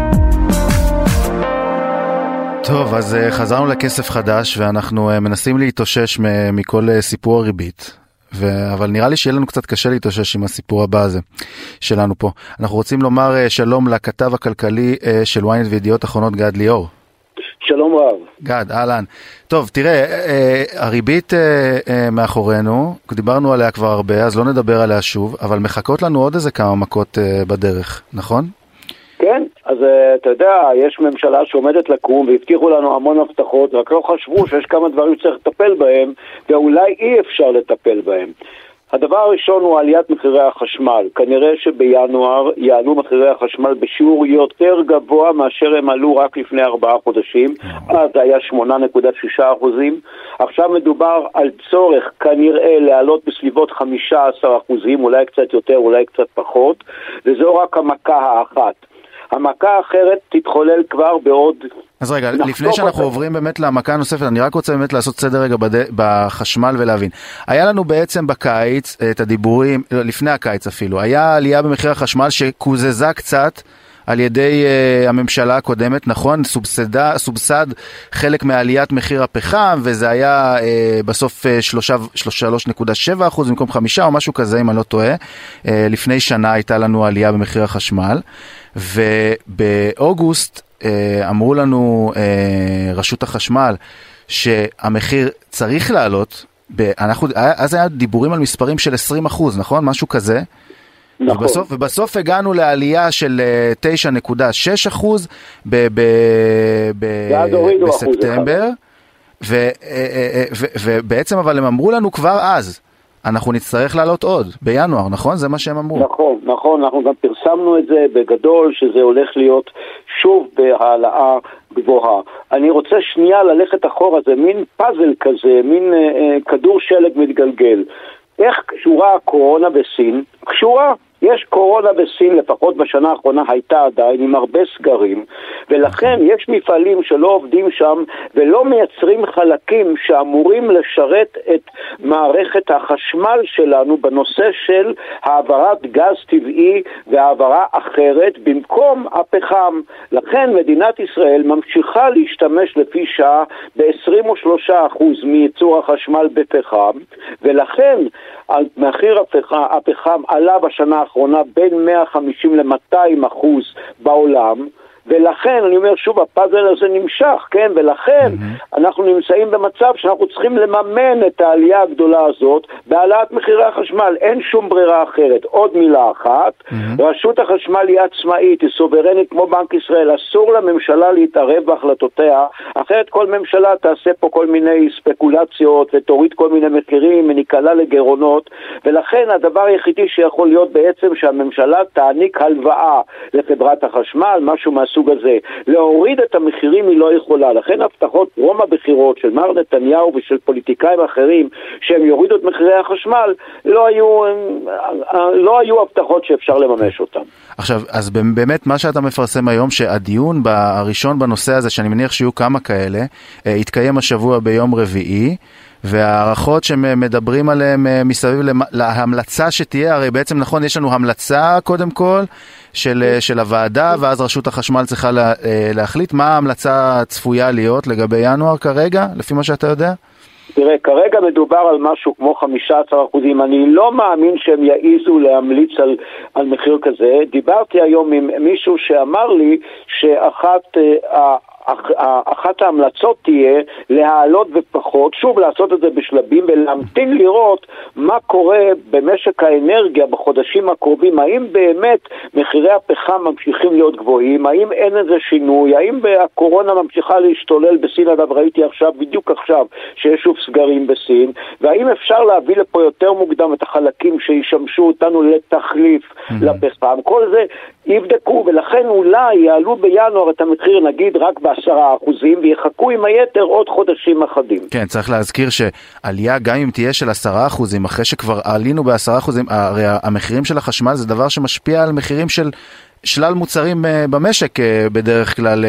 טוב, אז חזרנו לכסף חדש, ואנחנו מנסים להתאושש מכל סיפור הריבית, ו... אבל נראה לי שיהיה לנו קצת קשה להתאושש עם הסיפור הבא הזה שלנו פה. אנחנו רוצים לומר שלום לכתב הכלכלי של וויינט וידיעות אחרונות גד ליאור. שלום רב. גד, אהלן. טוב, תראה, הריבית מאחורינו, דיברנו עליה כבר הרבה, אז לא נדבר עליה שוב, אבל מחכות לנו עוד איזה כמה מכות בדרך, נכון? כן, אז אתה יודע, יש ממשלה שעומדת לקום והבטיחו לנו המון הבטחות, רק לא חשבו שיש כמה דברים שצריך לטפל בהם, ואולי אי אפשר לטפל בהם. הדבר הראשון הוא עליית מחירי החשמל. כנראה שבינואר יעלו מחירי החשמל בשיעור יותר גבוה מאשר הם עלו רק לפני ארבעה חודשים. אז זה היה שמונה נקודה שישה אחוזים. עכשיו מדובר על צורך כנראה לעלות בסביבות חמישה עשר אחוזים, אולי קצת יותר, אולי קצת פחות. וזו רק המכה האחת. המכה האחרת תתחולל כבר בעוד... אז רגע, לפני שאנחנו עוברים באמת למכה הנוספת, אני רק רוצה באמת לעשות סדר רגע בחשמל ולהבין. היה לנו בעצם בקיץ את הדיבורים, לפני הקיץ אפילו, היה עלייה במחיר החשמל שקוזזה קצת על ידי uh, הממשלה הקודמת, נכון? סובסדה, סובסד חלק מעליית מחיר הפחם, וזה היה uh, בסוף שלוש נקודה שבע אחוז במקום חמישה או משהו כזה, אם אני לא טועה. Uh, לפני שנה הייתה לנו עלייה במחיר החשמל, ובאוגוסט uh, אמרו לנו uh, רשות החשמל שהמחיר צריך לעלות, אנחנו, אז היה דיבורים על מספרים של עשרים אחוז, נכון? משהו כזה. נכון. ובסוף, ובסוף הגענו לעלייה של תשע נקודה שש אחוז ב, ב, ב, בספטמבר, ו, ו, ובעצם אבל הם אמרו לנו כבר אז, אנחנו נצטרך לעלות עוד בינואר, נכון? זה מה שהם אמרו. נכון, נכון, אנחנו גם פרסמנו את זה בגדול, שזה הולך להיות שוב בהעלאה גבוהה. אני רוצה שנייה ללכת אחורה, זה מין פאזל כזה, מין אה, אה, כדור שלג מתגלגל. איך קשורה הקורונה בסין? קשורה. יש קורונה בסין, לפחות בשנה האחרונה הייתה עדיין עם הרבה סגרים, ולכן יש מפעלים שלא עובדים שם ולא מייצרים חלקים שאמורים לשרת את מערכת החשמל שלנו בנושא של העברת גז טבעי והעברה אחרת במקום הפחם. לכן מדינת ישראל ממשיכה להשתמש לפי שעה ב-עשרים ושלושה אחוז מייצור החשמל בפחם, ולכן מחיר הפחם, הפחם עלה בשנה האחרונה בין מאה וחמישים ל-מאתיים אחוז בעולם, ולכן, אני אומר שוב, הפאזל הזה נמשך, כן? ולכן mm-hmm. אנחנו נמצאים במצב שאנחנו צריכים לממן את העלייה הגדולה הזאת בהעלאת מחירי החשמל. אין שום ברירה אחרת. עוד מילה אחת, mm-hmm. רשות החשמל היא עצמאית, היא סוברנית כמו בנק ישראל, אסור לממשלה להתערב בהחלטותיה, אחרת כל ממשלה תעשה פה כל מיני ספקולציות ותוריד כל מיני מחירים וניקלה לגירעונות, ולכן הדבר היחידי שיכול להיות בעצם שהממשלה תעניק הלוואה לחברת החשמל, משהו מהסוג הזה. להוריד את המחירים היא לא יכולה, לכן הבטחות רום הבחירות של מר נתניהו ושל פוליטיקאים אחרים שהם יורידו את מחירי החשמל, לא היו, לא היו הבטחות שאפשר לממש אותם. עכשיו, אז באמת מה שאתה מפרסם היום, שהדיון הראשון בנושא הזה, שאני מניח שיהיו כמה כאלה, יתקיים השבוע ביום רביעי, והערכות שמדברים עליהם מסביב להמלצה שתהיה, הרי בעצם נכון, יש לנו המלצה קודם כל של, של הוועדה, ואז רשות החשמל צריכה לה, להחליט מה ההמלצה צפויה להיות לגבי ינואר כרגע, לפי מה שאתה יודע? תראה, כרגע מדובר על משהו כמו חמישה עשר אחוזים, אני לא מאמין שהם יעיזו להמליץ על, על מחיר כזה. דיברתי היום עם מישהו שאמר לי שאחת אה, אחת ההמלצות תהיה להעלות ופחות, שוב לעשות את זה בשלבים ולהמתין לראות מה קורה במשק האנרגיה בחודשים הקרובים, האם באמת מחירי הפחם ממשיכים להיות גבוהים, האם אין איזה שינוי, האם הקורונה ממשיכה להשתולל בסין, אגב ראיתי עכשיו, בדיוק עכשיו, שיש שוב סגרים בסין, והאם אפשר להביא לפה יותר מוקדם את החלקים שישמשו אותנו לתחליף mm-hmm. לפחם, כל זה יבדקו, ולכן אולי יעלו בינואר את המחיר נגיד רק בעשרה אחוזים, ויחכו עם היתר עוד חודשים אחדים. כן, צריך להזכיר שעלייה גם אם תהיה של עשרה אחוזים, אחרי שכבר עלינו בעשרה אחוזים, הרי המחירים של החשמל זה דבר שמשפיע על מחירים של שלל מוצרים במשק בדרך כלל,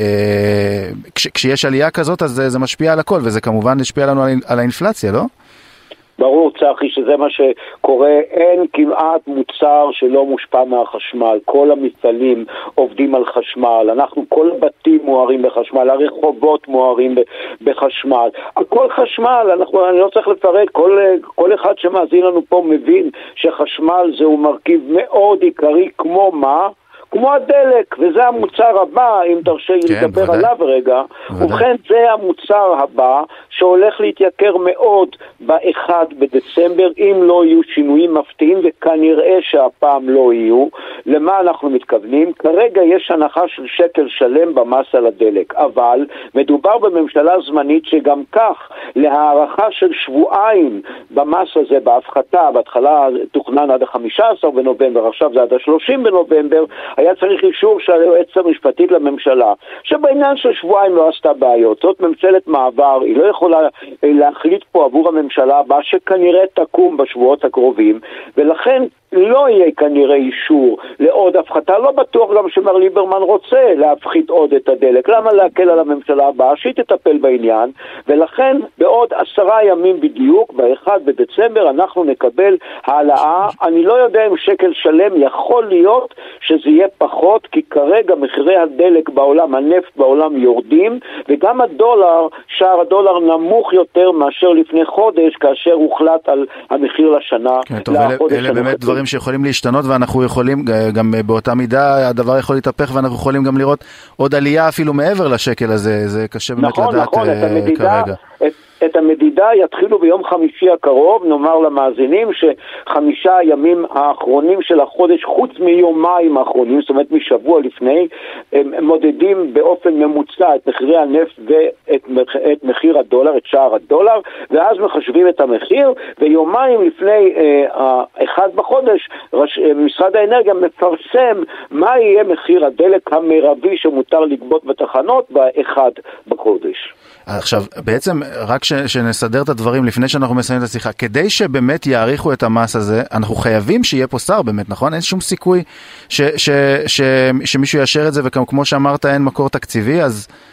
כשיש עלייה כזאת אז זה משפיע על הכל, וזה כמובן משפיע לנו על האינפלציה, לא? ברור, צחי, שזה מה שקורה, אין כמעט מוצר שלא מושפע מהחשמל, כל המפעלים עובדים על חשמל, אנחנו כל בתים מוארים בחשמל, הרחובות מוארים בחשמל, הכל חשמל, אנחנו, אני לא צריך לפרט, כל, כל אחד שמאזין לנו פה מבין שחשמל זהו מרכיב מאוד עיקרי, כמו מה? כמו הדלק, וזה המוצר הבא, אם תרשה לי כן, לדבר ודאי. עליו רגע, ודאי. ובכן זה המוצר הבא שהולך להתייקר מאוד ב-אחד בדצמבר, אם לא יהיו שינויים מפתיעים, וכנראה שהפעם לא יהיו. למה אנחנו מתכוונים? כרגע יש הנחה של שקל שלם במס על הדלק, אבל מדובר בממשלה זמנית שגם כך, להערכה של שבועיים במס הזה, בהפחתה, בהתחלה תוכנן עד ה-חמישה עשר בנובמבר, עכשיו זה עד ה-שלושים בנובמבר, היה צריך אישור של היועצת המשפטית לממשלה, שבעניין של שבועיים לא עשתה בעיות. זאת ממשלת מעבר, היא לא יכולה להחליט פה עבור הממשלה הבאה שכנראה תקום בשבועות הקרובים, ולכן לא יהיה כנראה אישור לעוד הפחתה. לא בטוח גם שמר ליברמן רוצה להפחית עוד את הדלק. למה להקל על הממשלה הבאה? שהיא תטפל בעניין, ולכן בעוד עשרה ימים בדיוק, ב-אחד בדצמבר, אנחנו נקבל העלאה. אני לא יודע אם שקל שלם, יכול להיות שזה יהיה פחות, כי כרגע מחירי הדלק בעולם, הנפט בעולם יורדים, וגם הדולר, שער הדולר נמוך יותר מאשר לפני חודש, כאשר הוחלט על המחיר לשנה. כן, טוב, אלה, אלה באמת דברים שיכולים להשתנות, ואנחנו יכולים, גם באותה מידה, הדבר יכול להתהפך, ואנחנו יכולים גם לראות עוד עלייה אפילו מעבר לשקל הזה, זה קשה באמת נכון, לדעת נכון, את המדידה, כרגע. את... את המדידה יתחילו ביום חמישי הקרוב, נאמר למאזינים שחמישה הימים האחרונים של החודש, חוץ מיומיים האחרונים, זאת אומרת משבוע לפני, הם מודדים באופן ממוצע את מחירי הנפט ואת את מחיר הדולר, את שער הדולר, ואז מחשבים את המחיר, ויומיים לפני אה, אחד בחודש, רש, משרד האנרגיה מפרסם מה יהיה מחיר הדלק המרבי שמותר לגבות בתחנות באחד בחודש. עכשיו, בעצם, רק ש, שנסדר את הדברים לפני שאנחנו מסיימים את השיחה, כדי שבאמת יעריכו את המס הזה, אנחנו חייבים שיהיה פה שר באמת, נכון? אין שום סיכוי ש, ש, ש, ש, שמישהו יאשר את זה, וכמו שאמרת, אין מקור תקציבי, אז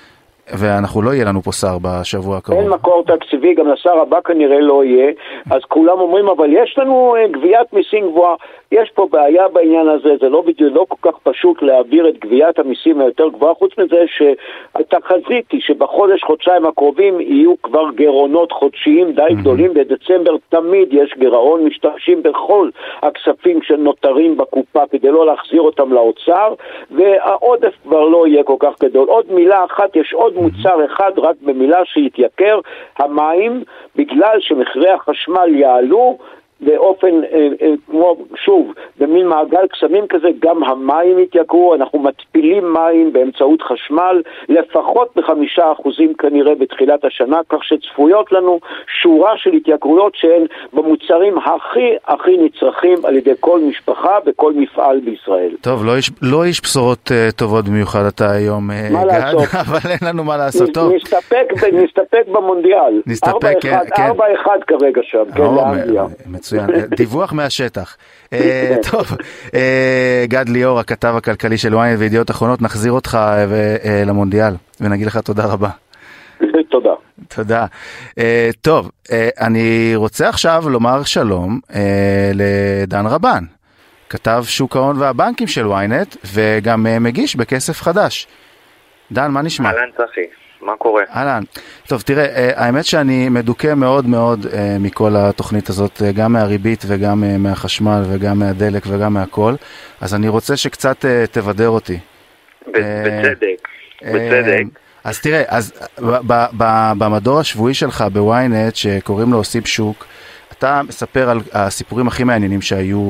ואנחנו לא יהיה לנו פה שר בשבוע הקרוב. אין מקור תקציבי, גם לשר הבא כנראה לא יהיה, אז כולם אומרים, אבל יש לנו גביית מיסים גבוהה, יש פה בעיה בעניין הזה, זה לא בדיוק, לא כל כך פשוט להעביר את גביית המיסים היותר גבוהה, חוץ מזה שהתחזית היא שבחודש, חודשיים הקרובים יהיו כבר גירעונות חודשיים די גדולים, בדצמבר תמיד יש גירעון, משתמשים בכל הכספים שנותרים בקופה כדי לא להחזיר אותם לאוצר, והעודף כבר לא יהיה כל כך גדול. עוד מילה אחת, יש עוד מוצר אחד, רק במילה שהתייקר, המים, בגלל שמחירי החשמל יעלו, באופן, אה, אה, כמו, שוב, במין מעגל קסמים כזה, גם המים התייקרו, אנחנו מטפילים מים באמצעות חשמל, לפחות בחמישה אחוזים כנראה בתחילת השנה, כך שצפויות לנו שורה של התייקרויות שהן במוצרים הכי הכי נצרכים על ידי כל משפחה בכל מפעל בישראל. טוב, לא איש, לא איש בשורות uh, טובות במיוחד אתה היום, uh, גד, אבל אין לנו מה לעשות. טוב. נסתפק, נסתפק במונדיאל. נסתפק, כן. ארבע אחד כרגע שם, כן, לאנגליה. מצוין, דיווח מהשטח. טוב, גד ליאור, הכתב הכלכלי של ynet וידיעות אחרונות, נחזיר אותך למונדיאל ונגיד לך תודה רבה. תודה. תודה. טוב, אני רוצה עכשיו לומר שלום לדן רבן, כתב שוק ההון והבנקים של ynet וגם מגיש בכסף חדש. דן, מה נשמע? אהלן צחי. מה קורה? אהלן. טוב, תראה, האמת שאני מדוכא מאוד מאוד מכל התוכנית הזאת, גם מהריבית וגם מהחשמל וגם מהדלק וגם מהכל, אז אני רוצה שקצת תבדר אותי. בצדק, בצדק. אז תראה, אז במדור השבועי שלך בוויינט, שקוראים לו עושים שוק, אתה מספר על הסיפורים הכי מעניינים שהיו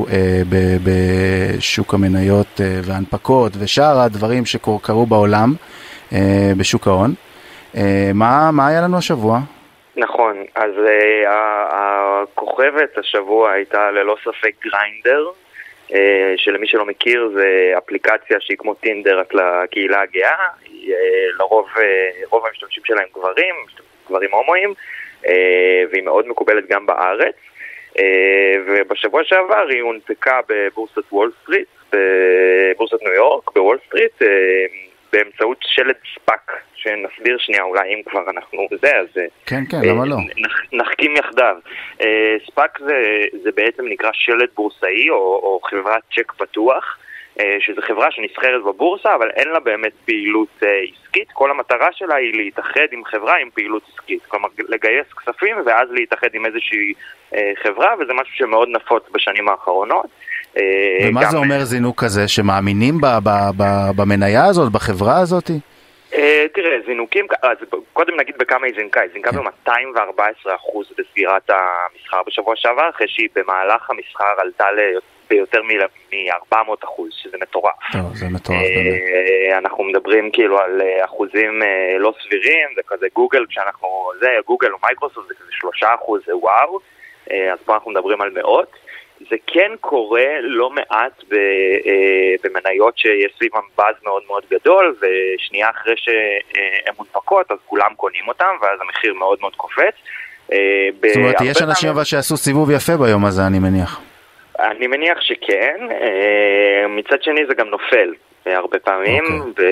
בשוק המניות וההנפקות ושאר הדברים שקרו בעולם בשוק ההון. מה, מה היה לנו השבוע? נכון, אז uh, הכוכבת השבוע הייתה ללא ספק גריינדר, uh, שלמי שלא מכיר זה אפליקציה שהיא כמו טינדר רק לקהילה הגאה, uh, לרוב uh, רוב המשתמשים שלהם גברים, גברים הומואים, uh, והיא מאוד מקובלת גם בארץ, uh, ובשבוע שעבר היא הונפקה בבורסת וול סטריט, בבורסת ניו יורק, בוול סטריט, uh, באמצעות שלט ספאק, שנסביר שנייה, אולי אם כבר אנחנו זה, אז כן, כן, למה לא? נחכים יחדיו. ספאק זה, זה בעצם נקרא שלט בורסאי, או, או חברת צ'ק פתוח, שזו חברה שנסחרת בבורסה, אבל אין לה באמת פעילות עסקית. כל המטרה שלה היא להתאחד עם חברה עם פעילות עסקית. כלומר, לגייס כספים ואז להתאחד עם איזושהי חברה, וזה משהו שמאוד נפוץ בשנים האחרונות. ומה זה אומר זינוק כזה? שמאמינים במניה הזאת, בחברה הזאת? תראה, זינוקים, קודם נגיד בכמה היא זינקה, היא זינקה ב-מאתיים וארבע עשרה אחוז בסגירת המסחר בשבוע שעבר, אחרי שהיא במהלך המסחר עלתה ביותר מ-ארבע מאות אחוז, שזה מטורף. זה מטורף. אנחנו מדברים כאילו על אחוזים לא סבירים, זה כזה גוגל, כשאנחנו, זה גוגל או מייקרוסופט, זה כזה שלושה אחוז, זה וואו, אז פה אנחנו מדברים על מאות. זה כן קורה לא מעט במניות שיש סביבם באז מאוד מאוד גדול, ושנייה אחרי שהן מונפקות, אז כולם קונים אותם, ואז המחיר מאוד מאוד קופץ. זאת אומרת, יש אנשים אבל שעשו סיבוב יפה ביום הזה, אני מניח. אני מניח שכן. מצד שני זה גם נופל הרבה פעמים,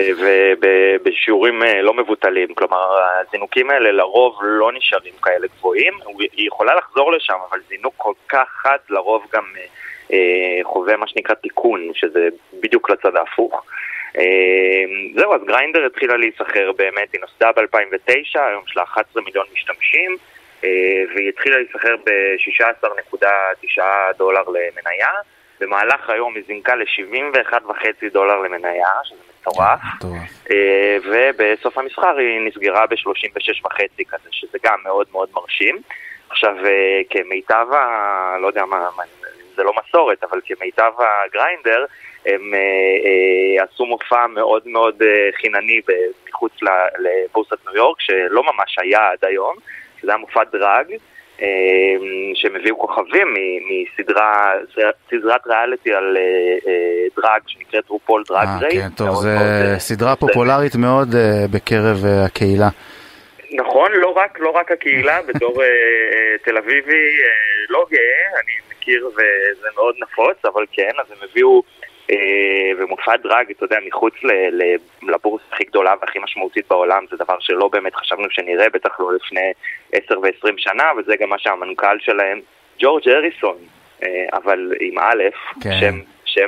ובשיעורים לא מבוטלים. כלומר, הזינוקים האלה לרוב לא נשארים כאלה גבוהים. היא יכולה לחזור לשם, אבל זינוק כל כך חד לרוב גם חווה מה שנקרא תיקון, שזה בדיוק לצד ההפוך. זהו, אז גריינדר התחילה להיסחר באמת, היא נוסדה ב-אלפיים ותשע, היום יש לה אחד עשר מיליון משתמשים, והיא התחילה להיסחר ב-שישה עשר נקודה תשע דולר למניה. במהלך היום היא זינקה ל-שבעים ואחד וחצי דולר למניה, שזה מטורף. ובסוף המסחר היא נסגרה ב-שלושים ושש וחצי כזה, שזה גם מאוד מאוד מרשים. עכשיו, כמיטב, לא יודע מה, זה לא מסורת, אבל כמיטב הגריינדר, הם עשו מופע מאוד מאוד חינני מחוץ לבורסת ניו יורק, שלא ממש היה עד היום. זה היה מופע דרג, שהם הביאו כוכבים מסדרה, סדרת ריאליטי על דרג שנקראת רופול דרג רייס. כן, טוב, זו סדרה פופולרית מאוד בקרב הקהילה. נכון, לא רק, לא רק הקהילה, בתור תל אביבי לא גאה, אני מכיר וזה מאוד נפוץ, אבל כן, אז הם הביאו ומופע דרג, אתה יודע, מחוץ לבורס הכי גדולה והכי משמעותית בעולם, זה דבר שלא באמת חשבנו שנראה, בטח לא לפני עשר ועשרים שנה, וזה גם מה שהמנכ"ל שלהם, ג'ורג' הריסון, אבל עם א', שם, שם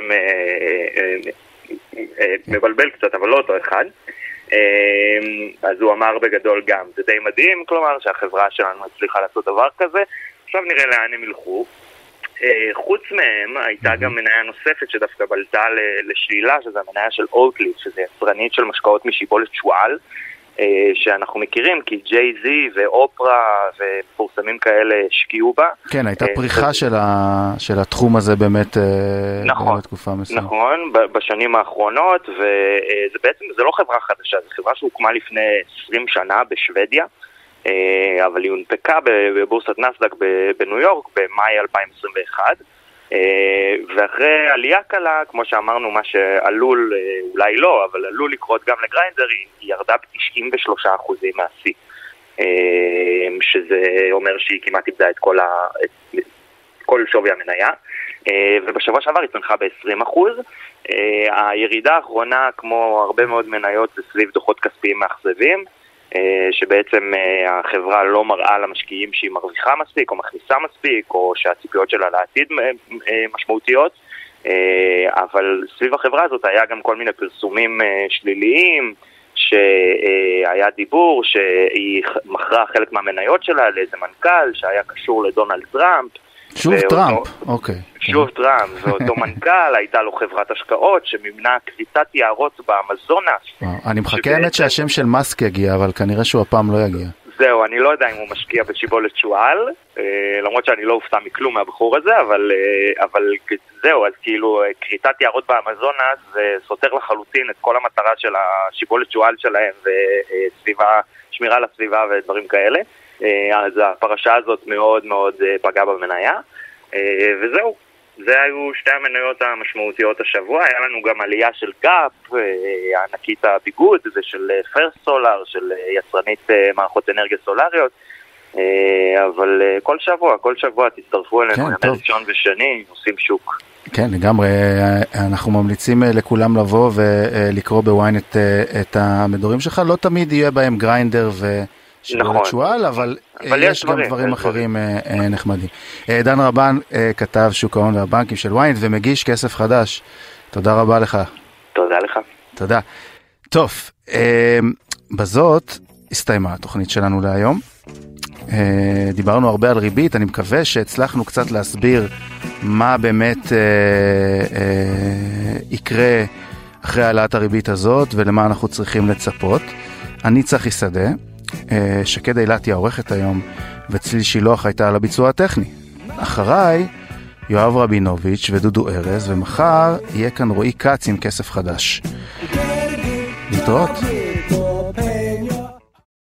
מבלבל קצת, אבל לא אותו אחד, אז הוא אמר בגדול גם, זה די מדהים, כלומר שהחברה שלנו הצליחה לעשות דבר כזה, עכשיו נראה לאן הם ילכו. חוץ מהם הייתה גם מניה נוספת שדווקא בלטה לשלילה, שזה המניה של אוטלי, שזה יצרנית של משקאות משיבולת שועל, שאנחנו מכירים, כי ג'יי זי ואופרה ופורסמים כאלה השקיעו בה. כן, הייתה פריחה של התחום הזה באמת בתקופה מסוימת. נכון, בשנים האחרונות, וזה בעצם, זה לא חברה חדשה, זו חברה שהוקמה לפני עשרים שנה בשוודיה, אבל היא הונפקה בבורסת נסדק בניו יורק במאי אלפיים עשרים ואחת, ואחרי עלייה קלה, כמו שאמרנו, מה שעלול, אולי לא, אבל עלול לקרות גם לגריינדר, היא ירדה ב-תשעים ושלושה אחוזים מהשיא, שזה אומר שהיא כמעט איבדה את כל, ה... את כל שווי המניה, ובשבוע שעבר היא צנחה ב-עשרים אחוז. הירידה האחרונה, כמו הרבה מאוד מניות, זה סביב דוחות כספיים מאכזבים, שבעצם החברה לא מראה למשקיעים שהיא מרוויחה מספיק או מכניסה מספיק או שהציפיות שלה לעתיד משמעותיות, אבל סביב החברה הזאת היה גם כל מיני פרסומים שליליים, שהיה דיבור שהיא מכרה חלק מהמניות שלה לאיזה מנכ"ל שהיה קשור לדונלד טראמפ. שוב טראמפ, אוקיי. שוב טראמפ, ואותו מנכ"ל הייתה לו חברת השקעות שמימנה קריצת יערות באמזונס. אני מחכה האמת שהשם של מאסק יגיע, אבל כנראה שהוא הפעם לא יגיע. זהו, אני לא יודע אם הוא משקיע בשיבולת שועל, למרות שאני לא הופתע מכלום מהבחור הזה, אבל, אבל זהו, אז כאילו קריצת יערות באמזונס זה סותר לחלוטין את כל המטרה של השיבולת שועל שלהם, וסביבה, שמירה לסביבה ודברים כאלה. אז הפרשה הזאת מאוד מאוד פגעה במניה, וזהו, זה היו שתי המניות המשמעותיות השבוע. היה לנו גם עלייה של גאפ, הענקית הביגוד, זה של פרסט סולר, של יצרנית מערכות אנרגיה סולריות, אבל כל שבוע, כל שבוע תצטרפו אלינו, ימי ראשון ושני, עושים שוק. כן, לגמרי, אנחנו ממליצים לכולם לבוא ולקרוא בוויין את, את המדורים שלך, לא תמיד יהיה בהם גריינדר ו... שיבולת שועל, אבל, אבל יש, יש גם דברים, דברים אחרים דברים. נחמדים. דן רבן, כתב שוק ההון והבנקים של וויינט, ומגיש כסף חדש. תודה רבה לך. תודה לך. תודה. טוב, בזאת הסתיימה התוכנית שלנו להיום. דיברנו הרבה על ריבית, אני מקווה שהצלחנו קצת להסביר מה באמת יקרה אחרי העלאת הריבית הזאת, ולמה אנחנו צריכים לצפות. אני צחי שדה, שקד אילת היא העורכת היום, וצליל שילוח הייתה על הביצוע הטכני. אחריי יואב רבינוביץ' ודודו ארז, ומחר יהיה כאן רועי קץ עם כסף חדש. להתראות.